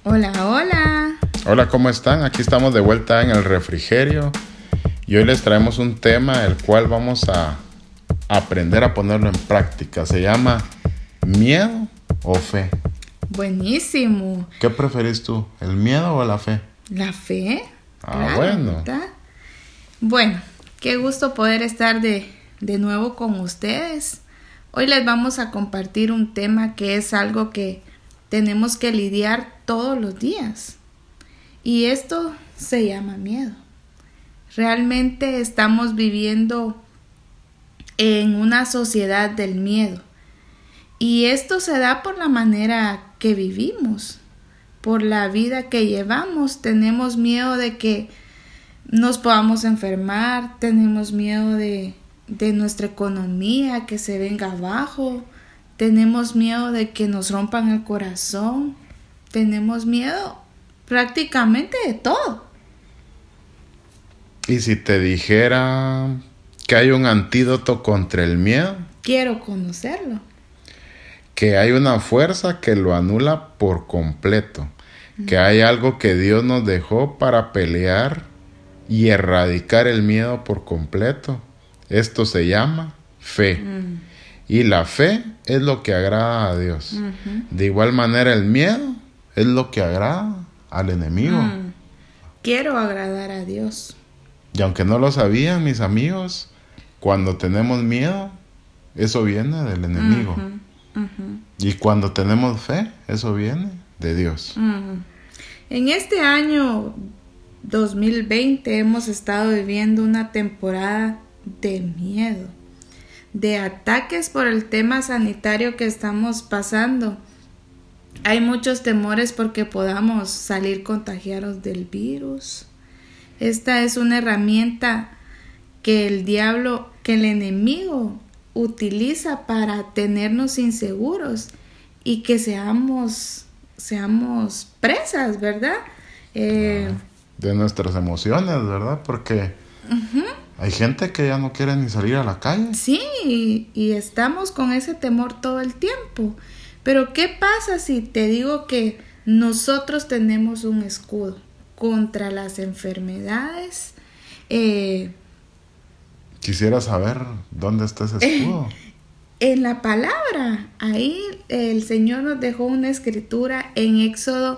Hola, hola. Hola, ¿cómo están? Aquí estamos de vuelta en el refrigerio y hoy les traemos un tema el cual vamos a aprender a ponerlo en práctica. Se llama ¿miedo o fe? Buenísimo. ¿Qué preferís tú, el miedo o la fe? ¿La fe? Claro, bueno. ¿Verdad? Bueno, qué gusto poder estar de nuevo con ustedes. Hoy les vamos a compartir un tema que es algo que tenemos que lidiar todos los días. Y esto se llama miedo. Realmente estamos viviendo en una sociedad del miedo. Y esto se da por la manera que vivimos, por la vida que llevamos. Tenemos miedo de que nos podamos enfermar, tenemos miedo de nuestra economía que se venga abajo, tenemos miedo de que nos rompan el corazón, tenemos miedo prácticamente de todo. ¿Y si te dijera que hay un antídoto contra el miedo? Quiero conocerlo. Que hay una fuerza que lo anula por completo. Que hay algo que Dios nos dejó para pelear y erradicar el miedo por completo. Esto se llama fe. Y la fe es lo que agrada a Dios. De igual manera el miedo es lo que agrada al enemigo. Quiero agradar a Dios. Y aunque no lo sabían mis amigos, cuando tenemos miedo, eso viene del enemigo. Y cuando tenemos fe, eso viene de Dios. En este año 2020 hemos estado viviendo una temporada de miedo, de ataques por el tema sanitario que estamos pasando. Hay muchos temores porque podamos salir contagiados del virus. Esta es una herramienta que el diablo, que el enemigo utiliza para tenernos inseguros y que seamos presas, ¿verdad? De nuestras emociones, ¿verdad? Porque hay gente que ya no quiere ni salir a la calle. Sí, y estamos con ese temor todo el tiempo. Pero ¿qué pasa si te digo que nosotros tenemos un escudo contra las enfermedades? Quisiera saber dónde está ese escudo. En la palabra, ahí el Señor nos dejó una escritura en Éxodo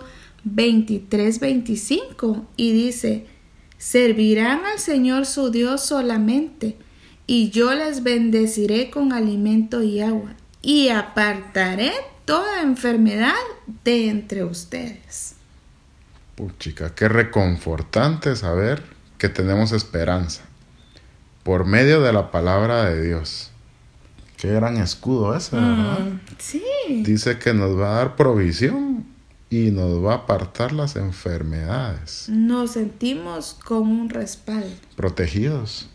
23:25 y dice: servirán al Señor su Dios solamente, y yo les bendeciré con alimento y agua, y apartaré toda enfermedad de entre ustedes. Puchica, qué reconfortante saber que tenemos esperanza por medio de la palabra de Dios. Qué gran escudo ese, ¿verdad? Sí. Dice que nos va a dar provisión y nos va a apartar las enfermedades. Nos sentimos con un respaldo. Protegidos.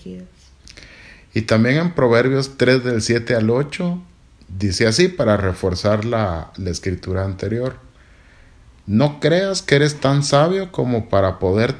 Y también en Proverbios 3 del 7 al 8 dice así, para reforzar la escritura anterior: no creas que eres tan sabio como para poder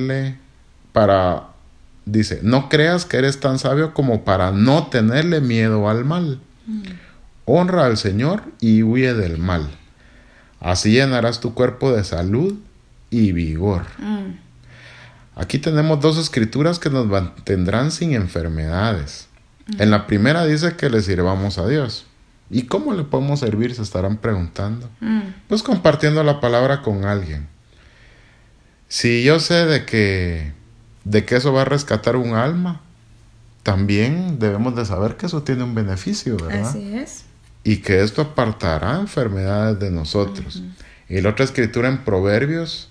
no creas que eres tan sabio como para no tenerle miedo al mal. Honra al Señor y huye del mal. Así llenarás tu cuerpo de salud y vigor. Aquí tenemos dos escrituras que nos mantendrán sin enfermedades. En la primera dice que le sirvamos a Dios. ¿Y cómo le podemos servir? Se estarán preguntando. Pues compartiendo la palabra con alguien. Si yo sé de que eso va a rescatar un alma, también debemos de saber que eso tiene un beneficio, ¿verdad? Así es. Y que esto apartará enfermedades de nosotros. Y la otra escritura en Proverbios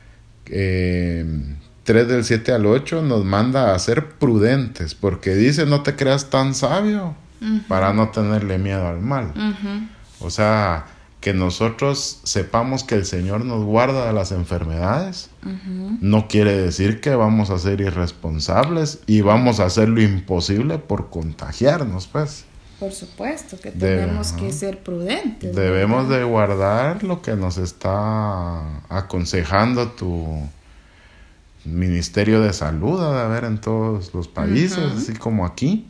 3 del 7 al 8 nos manda a ser prudentes, porque dice: no te creas tan sabio para no tenerle miedo al mal. O sea, que nosotros sepamos que el Señor nos guarda de las enfermedades, no quiere decir que vamos a ser irresponsables y vamos a hacer lo imposible por contagiarnos, pues. Por supuesto que tenemos que ser prudentes. Debemos de guardar lo que nos está aconsejando ministerio de salud ha de haber en todos los países, así como aquí,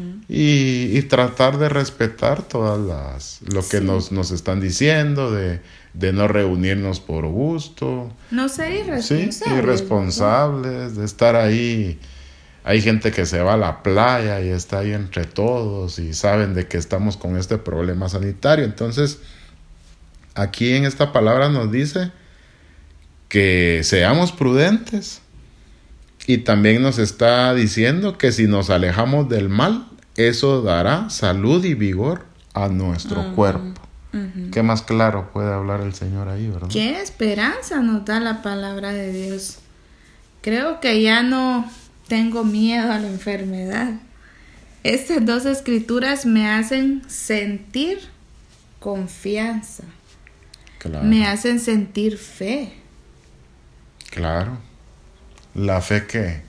y tratar de respetar todas lo que nos están diciendo, de no reunirnos por gusto. No ser irresponsables. Sí, irresponsables, de estar ahí. Hay gente que se va a la playa y está ahí entre todos y saben de que estamos con este problema sanitario. Entonces, aquí en esta palabra nos dice que seamos prudentes, y también nos está diciendo que si nos alejamos del mal, eso dará salud y vigor a nuestro cuerpo. ¿Qué más claro puede hablar el Señor ahí, verdad? ¿Qué esperanza nos da la palabra de Dios? Creo que ya no tengo miedo a la enfermedad. Estas dos escrituras me hacen sentir confianza. Claro. Me hacen sentir fe. Claro. La fe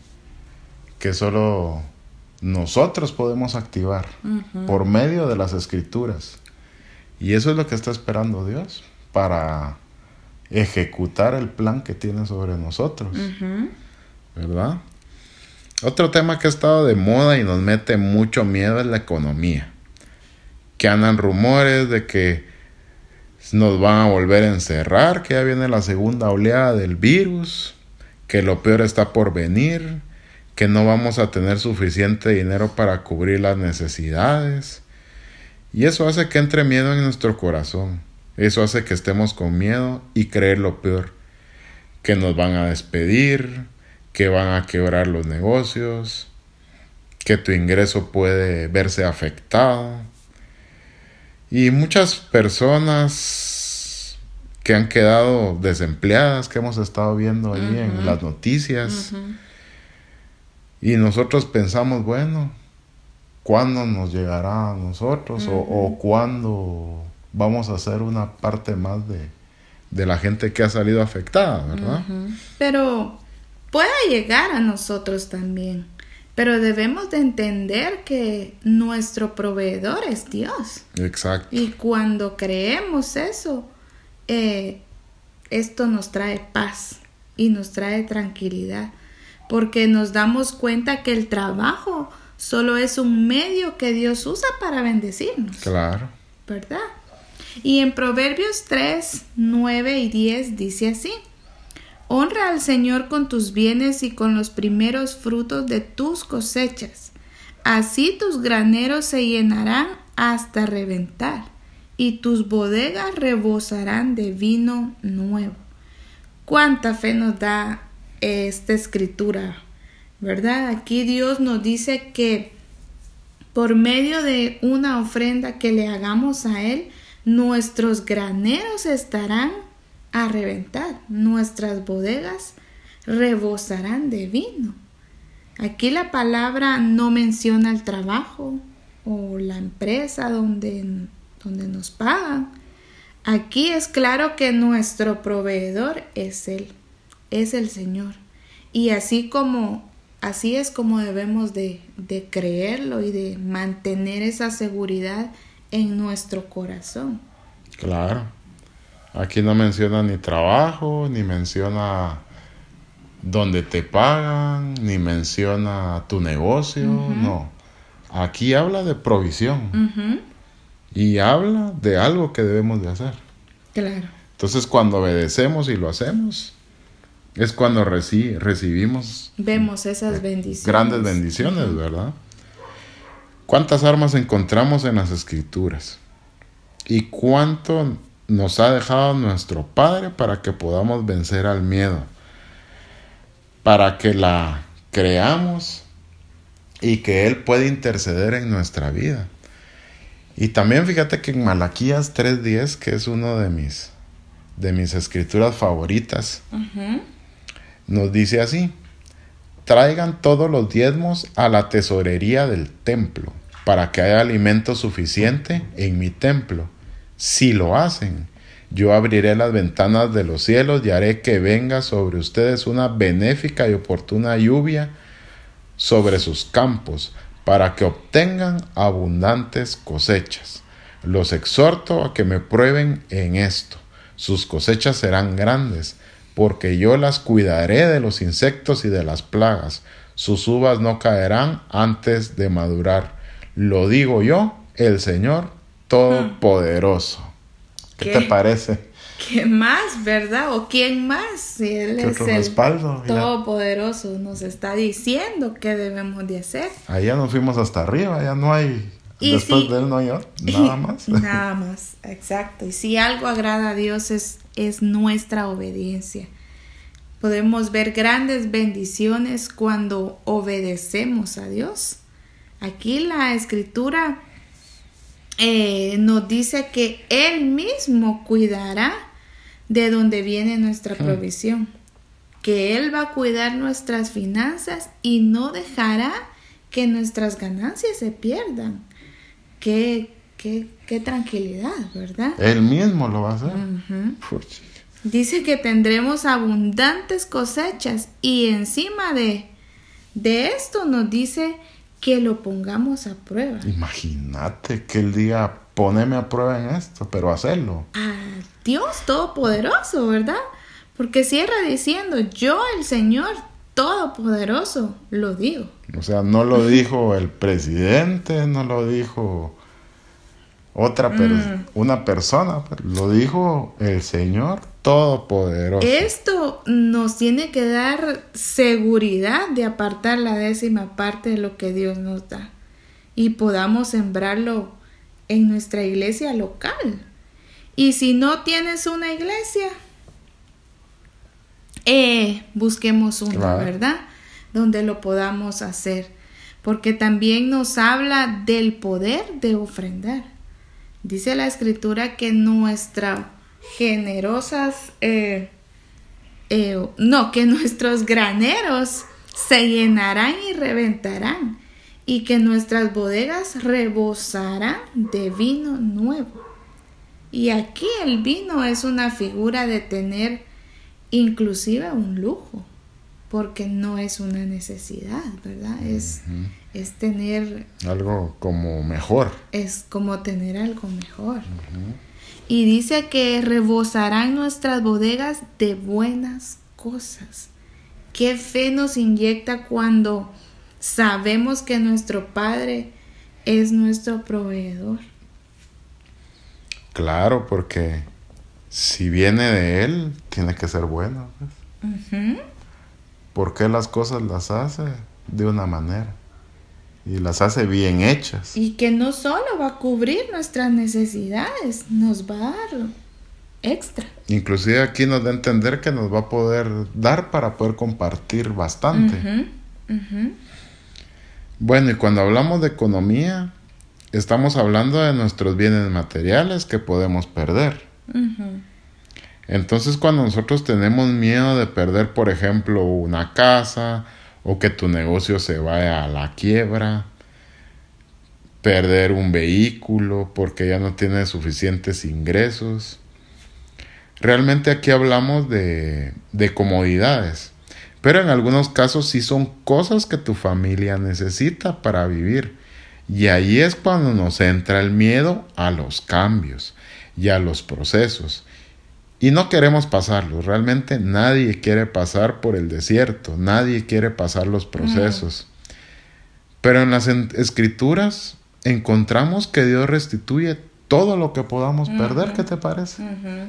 que solo nosotros podemos activar por medio de las escrituras. Y eso es lo que está esperando Dios para ejecutar el plan que tiene sobre nosotros. ¿Verdad? Otro tema que ha estado de moda y nos mete mucho miedo es la economía. Que andan rumores de que nos van a volver a encerrar, que ya viene la segunda oleada del virus, que lo peor está por venir, que no vamos a tener suficiente dinero para cubrir las necesidades. Y eso hace que entre miedo en nuestro corazón. Eso hace que estemos con miedo y creer lo peor. Que nos van a despedir, que van a quebrar los negocios, que tu ingreso puede verse afectado. Y muchas personas que han quedado desempleadas, que hemos estado viendo ahí en las noticias. Y nosotros pensamos, bueno, ¿cuándo nos llegará a nosotros? O ¿cuándo vamos a ser una parte más de la gente que ha salido afectada, verdad? Pero puede llegar a nosotros también. Pero debemos de entender que nuestro proveedor es Dios. Exacto. Y cuando creemos eso, esto nos trae paz y nos trae tranquilidad. Porque nos damos cuenta que el trabajo solo es un medio que Dios usa para bendecirnos. Claro. ¿Verdad? Y en Proverbios 3, 9 y 10 dice así: honra al Señor con tus bienes y con los primeros frutos de tus cosechas. Así tus graneros se llenarán hasta reventar, y tus bodegas rebosarán de vino nuevo. ¿Cuánta fe nos da esta escritura? ¿Verdad? Aquí Dios nos dice que por medio de una ofrenda que le hagamos a Él, nuestros graneros estarán a reventar, nuestras bodegas rebosarán de vino. Aquí la palabra no menciona el trabajo o la empresa donde nos pagan. Aquí es claro que nuestro proveedor es Él, es el Señor. Y así es como debemos de creerlo y de mantener esa seguridad en nuestro corazón. Claro. Aquí no menciona ni trabajo, ni menciona dónde te pagan, ni menciona tu negocio, no. Aquí habla de provisión. Y habla de algo que debemos de hacer. Claro. Entonces, cuando obedecemos y lo hacemos, es cuando recibimos vemos esas bendiciones. Grandes bendiciones, ¿verdad? ¿Cuántas armas encontramos en las Escrituras? ¿Y cuánto nos ha dejado nuestro Padre para que podamos vencer al miedo? Para que la creamos y que Él pueda interceder en nuestra vida. Y también fíjate que en Malaquías 3:10, que es uno de mis escrituras favoritas, nos dice así: traigan todos los diezmos a la tesorería del templo, para que haya alimento suficiente en mi templo. Si lo hacen, yo abriré las ventanas de los cielos y haré que venga sobre ustedes una benéfica y oportuna lluvia sobre sus campos, para que obtengan abundantes cosechas. Los exhorto a que me prueben en esto. Sus cosechas serán grandes, porque yo las cuidaré de los insectos y de las plagas. Sus uvas no caerán antes de madurar. Lo digo yo, el Señor Todopoderoso. ¿Qué te parece? ¿Qué más, verdad? ¿O quién más? Si Él es el respaldo, Todopoderoso, nos está diciendo qué debemos de hacer. Allá nos fuimos hasta arriba, ya no hay... Después de Él no hay nada más. Nada más, exacto. Y si algo agrada a Dios es nuestra obediencia. Podemos ver grandes bendiciones cuando obedecemos a Dios. Aquí la Escritura nos dice que Él mismo cuidará de donde viene nuestra provisión. Que Él va a cuidar nuestras finanzas y no dejará que nuestras ganancias se pierdan. Qué tranquilidad, ¿verdad? Él mismo lo va a hacer. Dice que tendremos abundantes cosechas y encima de esto nos dice que lo pongamos a prueba. Imagínate que Él diga, poneme a prueba en esto, pero hacerlo. A Dios Todopoderoso, ¿verdad? Porque cierra diciendo, yo el Señor Todopoderoso lo digo. O sea, no lo dijo el presidente, no lo dijo una persona, lo dijo el Señor Todopoderoso. Esto nos tiene que dar seguridad de apartar la 10ª parte de lo que Dios nos da y podamos sembrarlo en nuestra iglesia local. Y si no tienes una iglesia, busquemos una, claro, ¿verdad? Donde lo podamos hacer, porque también nos habla del poder de ofrendar. Dice la Escritura que nuestras generosas, que nuestros graneros se llenarán y reventarán, y que nuestras bodegas rebosarán de vino nuevo. Y aquí el vino es una figura de tener inclusive un lujo, porque no es una necesidad, ¿verdad? Es tener algo como mejor. Es como tener algo mejor. Y dice que rebosarán nuestras bodegas de buenas cosas. Qué fe nos inyecta cuando sabemos que nuestro Padre es nuestro proveedor. Claro, porque si viene de Él, tiene que ser bueno, pues. Porque las cosas las hace de una manera y las hace bien hechas. Y que no solo va a cubrir nuestras necesidades, nos va a dar extra. Inclusive aquí nos da a entender que nos va a poder dar para poder compartir bastante. Bueno, y cuando hablamos de economía, estamos hablando de nuestros bienes materiales que podemos perder. Entonces, cuando nosotros tenemos miedo de perder, por ejemplo, una casa, o que tu negocio se vaya a la quiebra, perder un vehículo porque ya no tienes suficientes ingresos. Realmente aquí hablamos de comodidades, pero en algunos casos sí son cosas que tu familia necesita para vivir. Y ahí es cuando nos entra el miedo a los cambios y a los procesos. Y no queremos pasarlos. Realmente nadie quiere pasar por el desierto. Nadie quiere pasar los procesos. Pero en las escrituras encontramos que Dios restituye todo lo que podamos perder. ¿Qué te parece?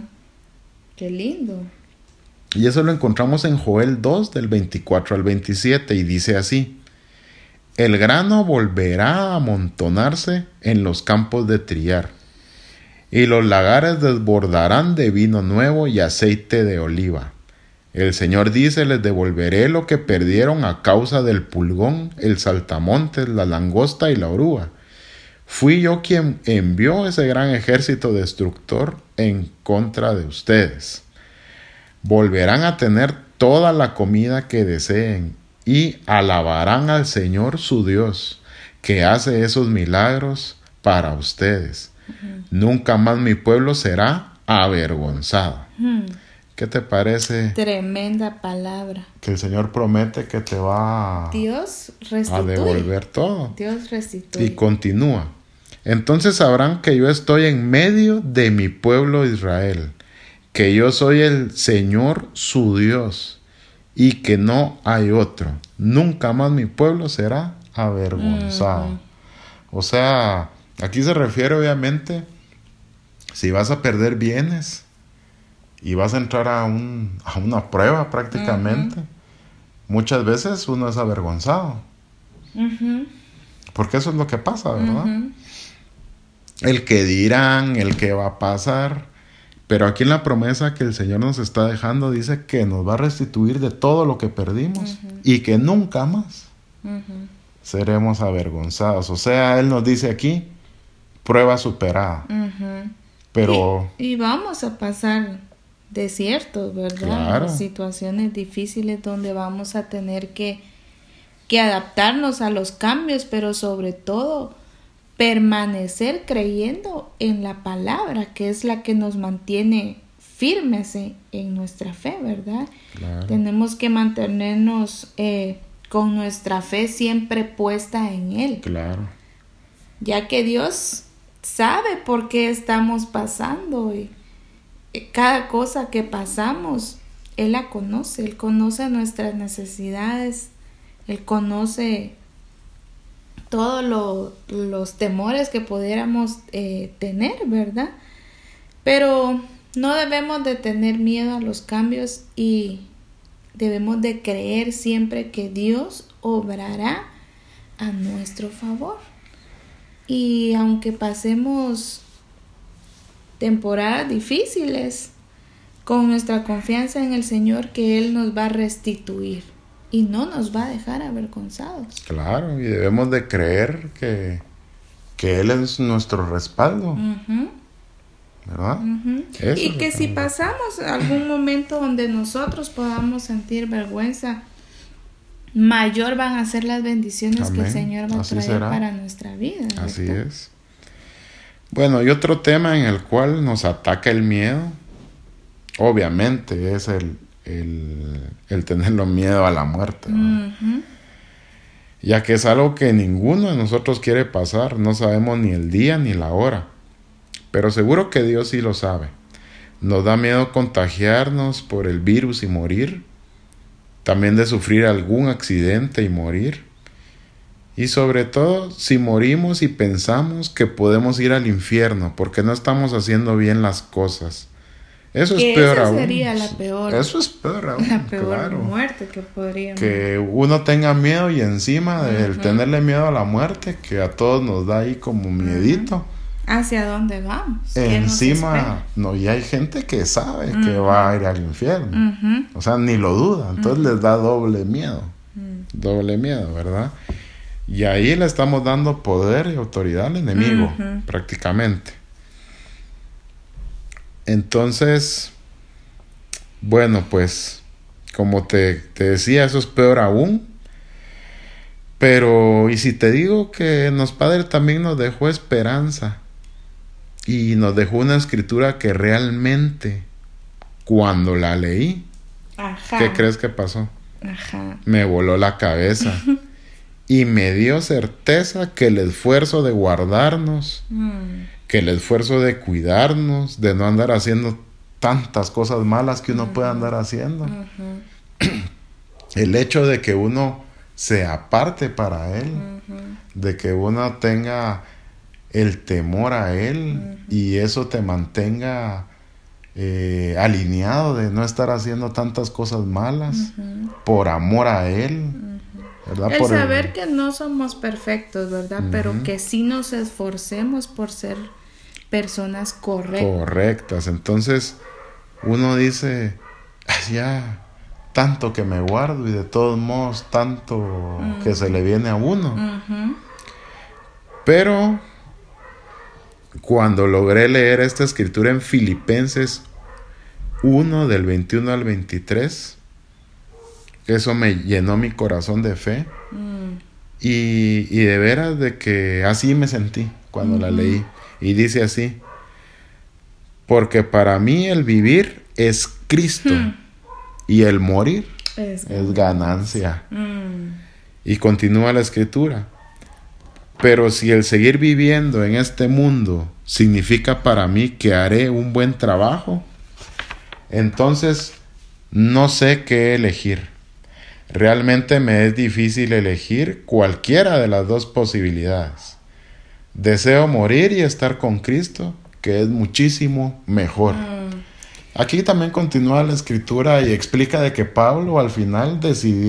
Qué lindo. Y eso lo encontramos en Joel 2, del 24 al 27. Y dice así: el grano volverá a amontonarse en los campos de trillar, y los lagares desbordarán de vino nuevo y aceite de oliva. El Señor dice: les devolveré lo que perdieron a causa del pulgón, el saltamontes, la langosta y la oruga. Fui yo quien envió ese gran ejército destructor en contra de ustedes. Volverán a tener toda la comida que deseen y alabarán al Señor su Dios, que hace esos milagros para ustedes. Nunca más mi pueblo será avergonzado. ¿Qué te parece? Tremenda palabra. Que el Señor promete que te va a devolver todo. Dios restituye. Y continúa. Entonces sabrán que yo estoy en medio de mi pueblo Israel, que yo soy el Señor su Dios y que no hay otro. Nunca más mi pueblo será avergonzado. O sea, aquí se refiere obviamente si vas a perder bienes y vas a entrar a una prueba prácticamente. Muchas veces uno es avergonzado. Porque eso es lo que pasa, ¿verdad? El que dirán, el que va a pasar. Pero aquí en la promesa que el Señor nos está dejando dice que nos va a restituir de todo lo que perdimos y que nunca más seremos avergonzados. O sea, Él nos dice aquí, prueba superada. Pero y vamos a pasar desiertos, ¿verdad? Claro. Situaciones difíciles donde vamos a tener que adaptarnos a los cambios, pero sobre todo permanecer creyendo en la palabra, que es la que nos mantiene firmes en nuestra fe, ¿verdad? Claro. Tenemos que mantenernos con nuestra fe siempre puesta en Él. Claro. Ya que Dios sabe por qué estamos pasando y cada cosa que pasamos, Él la conoce. Él conoce nuestras necesidades, Él conoce todos los temores que pudiéramos tener, ¿verdad? Pero no debemos de tener miedo a los cambios y debemos de creer siempre que Dios obrará a nuestro favor. Y aunque pasemos temporadas difíciles, con nuestra confianza en el Señor, que Él nos va a restituir y no nos va a dejar avergonzados. Claro, y debemos de creer que Él es nuestro respaldo. ¿Verdad? Y que si pasamos algún momento donde nosotros podamos sentir vergüenza, mayor van a ser las bendiciones Amén. Que el Señor va a Así traer será. para nuestra vida, ¿verdad? Así es. Bueno, y otro tema en el cual nos ataca el miedo, obviamente, es el tenerlo miedo a la muerte, ¿verdad? Ya que es algo que ninguno de nosotros quiere pasar. No sabemos ni el día ni la hora, pero seguro que Dios sí lo sabe. Nos da miedo contagiarnos por el virus y morir, también de sufrir algún accidente y morir, y sobre todo si morimos y pensamos que podemos ir al infierno porque no estamos haciendo bien las cosas. Eso es peor esa aún. Sería la peor. Eso es peor aún. La peor claro. muerte que podríamos. Que uno tenga miedo y encima del tenerle miedo a la muerte, que a todos nos da ahí como miedito. ¿Hacia dónde vamos? ¿Qué nos Encima, espera? no, y hay gente que sabe que va a ir al infierno. O sea, ni lo duda. Entonces les da doble miedo. Doble miedo, ¿verdad? Y ahí le estamos dando poder y autoridad al enemigo, prácticamente. Entonces, bueno, pues, como te decía, eso es peor aún. Pero, y si te digo que Padre también nos dejó esperanza y nos dejó una escritura que realmente, cuando la leí, ¿qué crees que pasó? Me voló la cabeza. Y me dio certeza que el esfuerzo de guardarnos, que el esfuerzo de cuidarnos, de no andar haciendo tantas cosas malas que uno puede andar haciendo, el hecho de que uno se aparte para Él, de que uno tenga el temor a Él y eso te mantenga alineado de no estar haciendo tantas cosas malas por amor a Él. ¿Verdad? El saber que no somos perfectos, ¿verdad? Pero que sí nos esforcemos por ser personas correctas. Entonces uno dice, "Ay, ya tanto que me guardo y de todos modos tanto que se le viene a uno". Pero cuando logré leer esta escritura en Filipenses 1 del 21 al 23, eso me llenó mi corazón de fe. Y de veras de que así me sentí cuando la leí. Y dice así: porque para mí el vivir es Cristo y el morir es ganancia. Y continúa la escritura: pero si el seguir viviendo en este mundo significa para mí que haré un buen trabajo, Entonces, no sé qué elegir. Realmente me es difícil elegir cualquiera de las dos posibilidades. Deseo morir y estar con Cristo, que es muchísimo mejor. Aquí también continúa la escritura y explica de que Pablo al final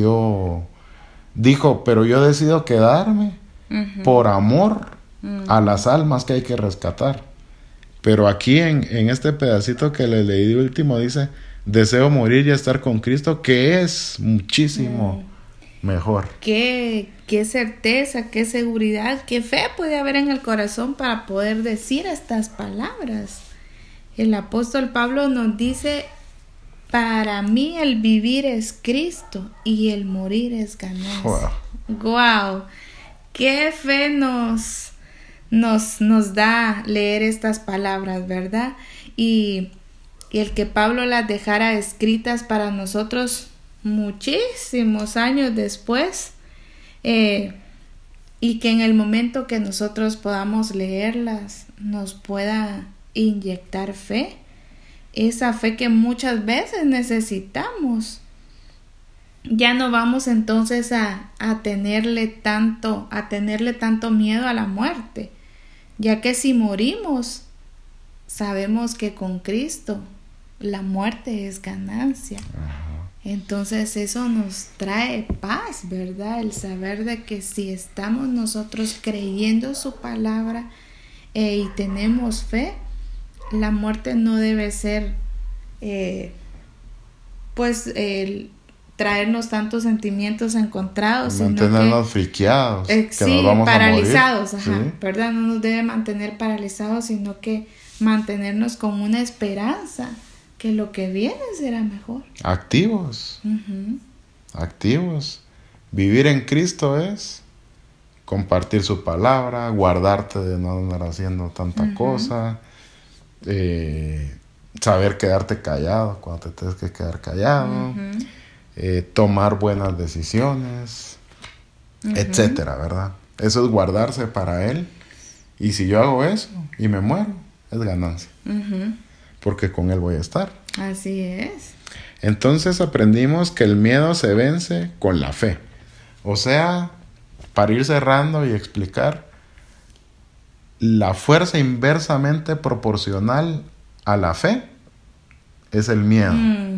dijo, pero yo decido quedarme por amor a las almas que hay que rescatar. Pero aquí en este pedacito que le leí de último dice, deseo morir y estar con Cristo, que es muchísimo mejor. Qué certeza, qué seguridad, qué fe puede haber en el corazón para poder decir estas palabras. El apóstol Pablo nos dice, para mí el vivir es Cristo y el morir es ganancia. Wow. Qué fe nos da leer estas palabras, ¿verdad? Y el que Pablo las dejara escritas para nosotros muchísimos años después, y que en el momento que nosotros podamos leerlas nos pueda inyectar fe, esa fe que muchas veces necesitamos. Ya no vamos entonces a tenerle tanto miedo a la muerte, ya que si morimos sabemos que con Cristo la muerte es ganancia. Entonces eso nos trae paz, ¿verdad? El saber de que si estamos nosotros creyendo su palabra y tenemos fe, la muerte no debe ser traernos tantos sentimientos encontrados, mantenernos friqueados, que sí, nos vamos paralizados, a morir. ¿Sí? ¿Verdad? No nos debe mantener paralizados, sino que mantenernos con una esperanza que lo que viene será mejor. Activos. Activos. Vivir en Cristo es compartir su palabra, guardarte de no andar haciendo tanta cosa, saber quedarte callado cuando te tienes que quedar callado, tomar buenas decisiones, etcétera, ¿verdad? Eso es guardarse para Él. Y si yo hago eso y me muero, es ganancia. Porque con Él voy a estar. Así es. Entonces aprendimos que el miedo se vence con la fe. O sea, para ir cerrando y explicar, la fuerza inversamente proporcional a la fe es el miedo.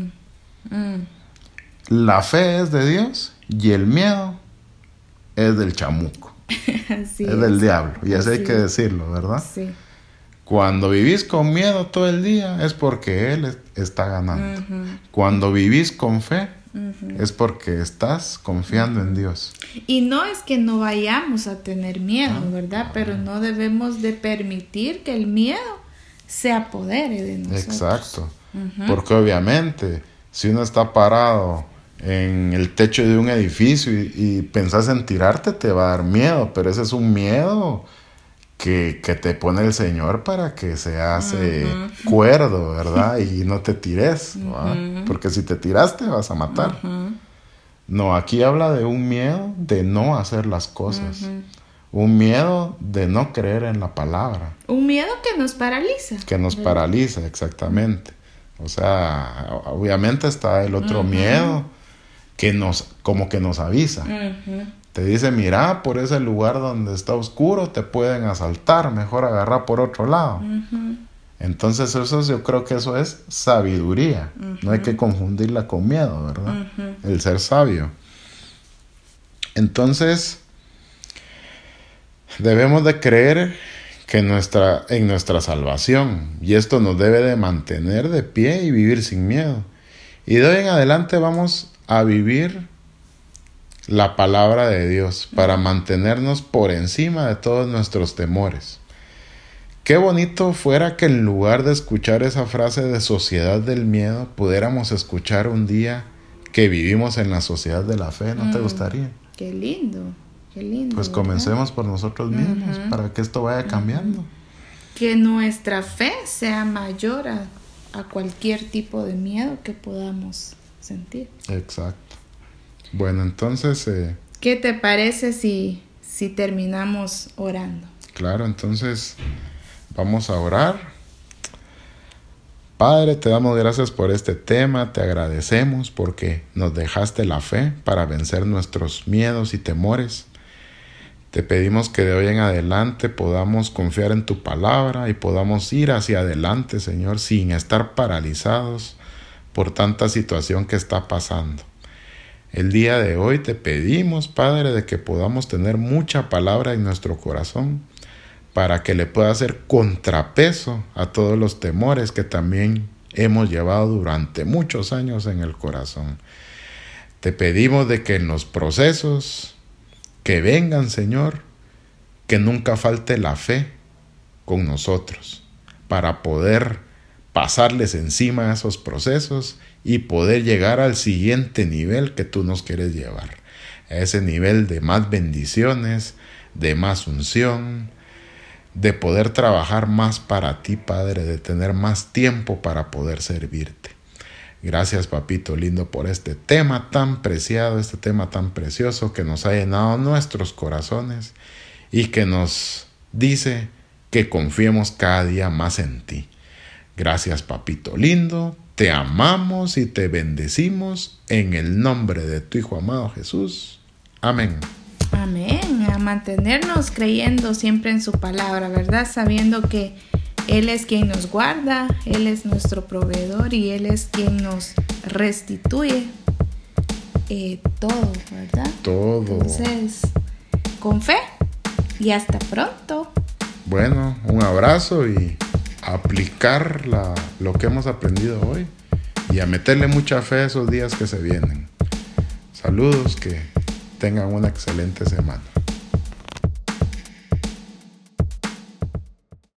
La fe es de Dios y el miedo es del chamuco. Así es del diablo. Y eso hay que decirlo, ¿verdad? Sí. Cuando vivís con miedo todo el día es porque Él está ganando. Cuando vivís con fe es porque estás confiando en Dios. Y no es que no vayamos a tener miedo, ¿verdad? Pero no debemos de permitir que el miedo se apodere de nosotros. Exacto. Porque obviamente si uno está parado en el techo de un edificio y pensás en tirarte, te va a dar miedo, pero ese es un miedo que te pone el Señor para que seas cuerdo, ¿verdad? Y no te tires, ¿verdad? Porque si te tiraste vas a matar. No, aquí habla de un miedo de no hacer las cosas. Un miedo de no creer en la palabra. Un miedo que nos paraliza. Que nos paraliza, exactamente. O sea, obviamente está el otro miedo que como que nos avisa. Te dice, mira, por ese lugar donde está oscuro te pueden asaltar, mejor agarrar por otro lado. Entonces yo creo que eso es sabiduría. No hay que confundirla con miedo, ¿verdad? El ser sabio. Entonces, debemos de creer que en nuestra salvación, y esto nos debe de mantener de pie y vivir sin miedo. Y de hoy en adelante vamos a vivir la palabra de Dios para mantenernos por encima de todos nuestros temores. Qué bonito fuera que en lugar de escuchar esa frase de sociedad del miedo, pudiéramos escuchar un día que vivimos en la sociedad de la fe. ¿No te gustaría? Qué lindo, qué lindo. Pues comencemos por nosotros mismos para que esto vaya cambiando. Que nuestra fe sea mayor a cualquier tipo de miedo que podamos sentir. Exacto. Bueno, entonces... ¿qué te parece si terminamos orando? Claro, entonces vamos a orar. Padre, te damos gracias por este tema, te agradecemos porque nos dejaste la fe para vencer nuestros miedos y temores. Te pedimos que de hoy en adelante podamos confiar en tu palabra y podamos ir hacia adelante, Señor, sin estar paralizados por tanta situación que está pasando. El día de hoy te pedimos, Padre, de que podamos tener mucha palabra en nuestro corazón para que le pueda hacer contrapeso a todos los temores que también hemos llevado durante muchos años en el corazón. Te pedimos de que en los procesos que vengan, Señor, que nunca falte la fe con nosotros para poder pasarles encima a esos procesos y poder llegar al siguiente nivel que tú nos quieres llevar, a ese nivel de más bendiciones, de más unción, de poder trabajar más para ti, Padre, de tener más tiempo para poder servirte. Gracias, papito lindo, por este tema tan preciado, este tema tan precioso que nos ha llenado nuestros corazones y que nos dice que confiemos cada día más en ti. Gracias, papito lindo, te amamos y te bendecimos en el nombre de tu Hijo amado Jesús. Amén. Amén, a mantenernos creyendo siempre en su palabra, ¿verdad? Sabiendo que Él es quien nos guarda, Él es nuestro proveedor y Él es quien nos restituye todo, ¿verdad? Todo. Entonces, con fe y hasta pronto. Bueno, un abrazo y aplicar lo que hemos aprendido hoy y a meterle mucha fe a esos días que se vienen. Saludos, que tengan una excelente semana.